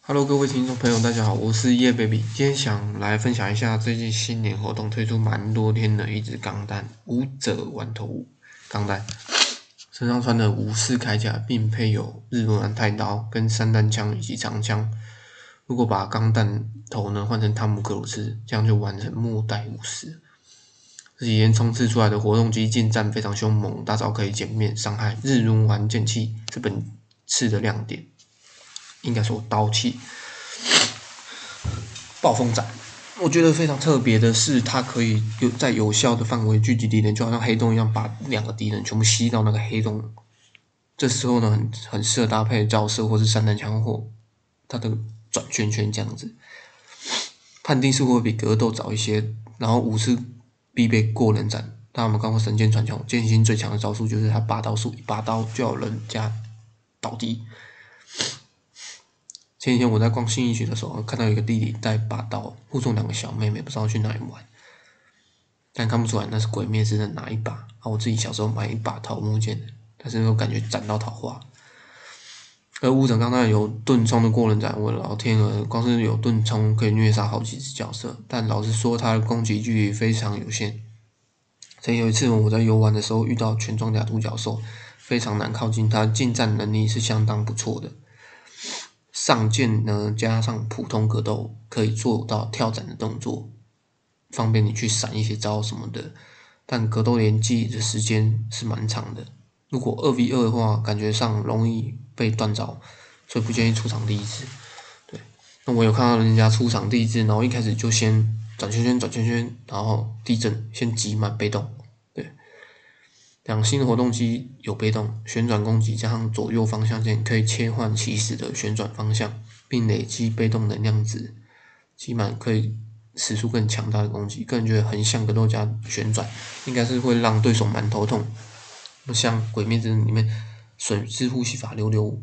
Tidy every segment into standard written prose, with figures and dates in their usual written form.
Hello，各位听众朋友，大家好，我是叶 baby，今天想来分享一下最近新年活动推出蛮多天的一支钢弹武者丸头武钢弹，身上穿的武士铠甲，并配有日轮丸太刀跟散弹枪以及长枪。如果把钢弹头呢换成汤姆克鲁斯，这样就完成末代武士。这几天冲刺出来的活动机近战非常凶猛，大招可以减免伤害，日轮丸剑气是本次的亮点。应该说刀气暴风斩，我觉得非常特别的是，它可以在有效的范围聚集敌人，就好像黑洞一样，把两个敌人全部吸到那个黑洞。这时候呢，很适合搭配照射或是散弹枪或它的转圈圈这样子。判定是会比格斗早一些，然后武士必备过人斩。那我们刚刚神剑传承剑心最强的招数就是他拔刀术，一拔刀就有人家倒地。前几天我在逛信义区的时候，看到一个弟弟带把刀护送两个小妹妹，不知道去哪里玩，但看不出来那是鬼灭之刃哪一把。我自己小时候买一把桃木剑的，但是又感觉斩到桃花。而武者钢弹有盾冲的过人斩，我的老天鹅，光是有盾冲可以虐杀好几只角色，但老实说，它的攻击距离非常有限。曾有一次我在游玩的时候遇到全装甲独角兽，非常难靠近它，近战能力是相当不错的。上剑呢，加上普通格斗，可以做到跳斩的动作，方便你去闪一些招什么的。但格斗连击的时间是蛮长的，如果2v2的话，感觉上容易被断招，所以不建议出场第一次。对，那我有看到人家出场第一次，然后一开始就先转圈圈，然后地震先挤满被动。对，两星的活动机有被动旋转攻击，加上左右方向键可以切换起始的旋转方向，并累积被动能量值，挤满可以使出更强大的攻击。个人觉得横向格斗加旋转，应该是会让对手蛮头痛。不像《鬼灭之刃》里面水之呼吸法溜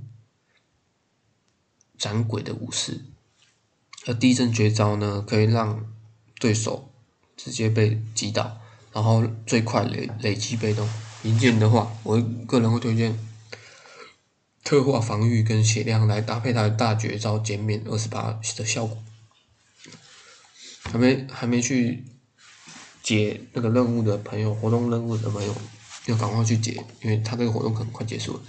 斩鬼的武士，而地震绝招呢，可以让对手直接被击倒，然后最快累积被动。银剑的话，我个人会推荐特化防御跟血量来搭配它的大绝招，减免28%的效果。还没去解那个任务的朋友，活动任务的朋友要赶快去解，因为他这个活动可能快结束了。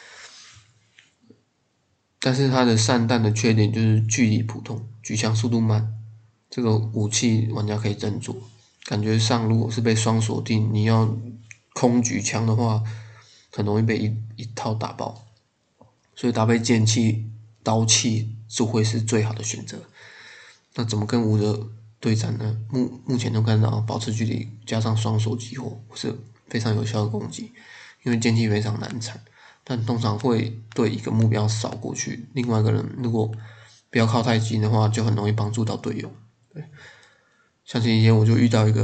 但是它的散弹的缺点就是距离普通，举枪速度慢，这个武器玩家可以斟酌。感觉上如果是被双锁定，你要空举枪的话，很容易被一套打爆，所以搭配剑气、刀气就会是最好的选择。那怎么跟武者对战呢？目前都看到保持距离加上双手激活是非常有效的攻击，因为剑气非常难缠，但通常会对一个目标扫过去，另外一个人如果不要靠太近的话，就很容易帮助到队友。对，像前几天我就遇到一个，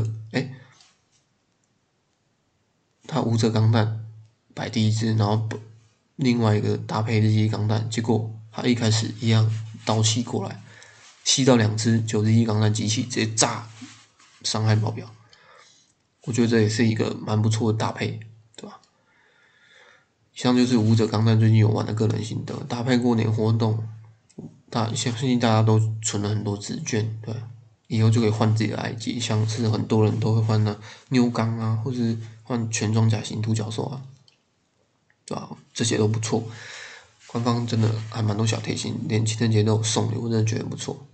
他武者钢弹摆第一只，然后另外一个搭配日系钢弹，结果他一开始一样刀气过来，吸到2只日系钢弹机器，直接炸，伤害爆表。我觉得这也是一个蛮不错的搭配，对吧？以上就是武者钢弹最近有玩的个人心得，搭配过年活动，相信大家都存了很多纸券，对，以后就可以换自己的 IG，像是很多人都会换的妞钢啊，或是换全装甲型独角兽啊，对吧？这些都不错，官方真的还蛮多小贴心，连情人节都有送礼，我真的觉得不错。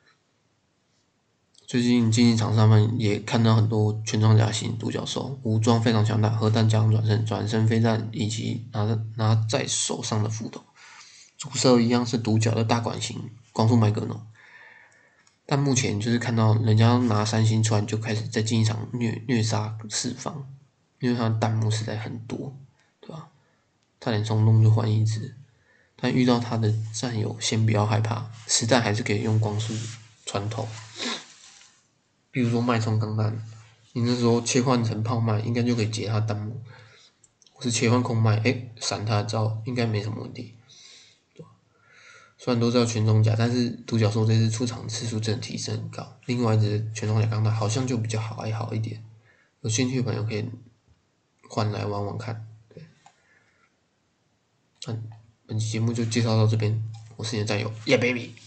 最近竞技场上面也看到很多全装甲型独角兽，武装非常强大，核弹加上转身飞弹，以及拿在手上的斧头，主色一样是独角的大管型光速麦格诺。但目前就是看到人家拿3星出来就开始在竞技场虐杀四方，因为他的弹幕实在很多，对吧？差点冲动就换一只，但遇到他的战友先不要害怕，实弹还是可以用光速穿透。比如说脉冲钢弹，你那时候切换成炮脉，应该就可以解他弹幕，或是切换空脉，闪他的招应该没什么问题。虽然都知道全装甲，但是独角兽这次出场次数真的提升很高。另外一只全装甲钢弹好像就比较好一点，有兴趣的朋友可以换来玩玩看。对，那本期节目就介绍到这边，我是你的战友，Yeah baby。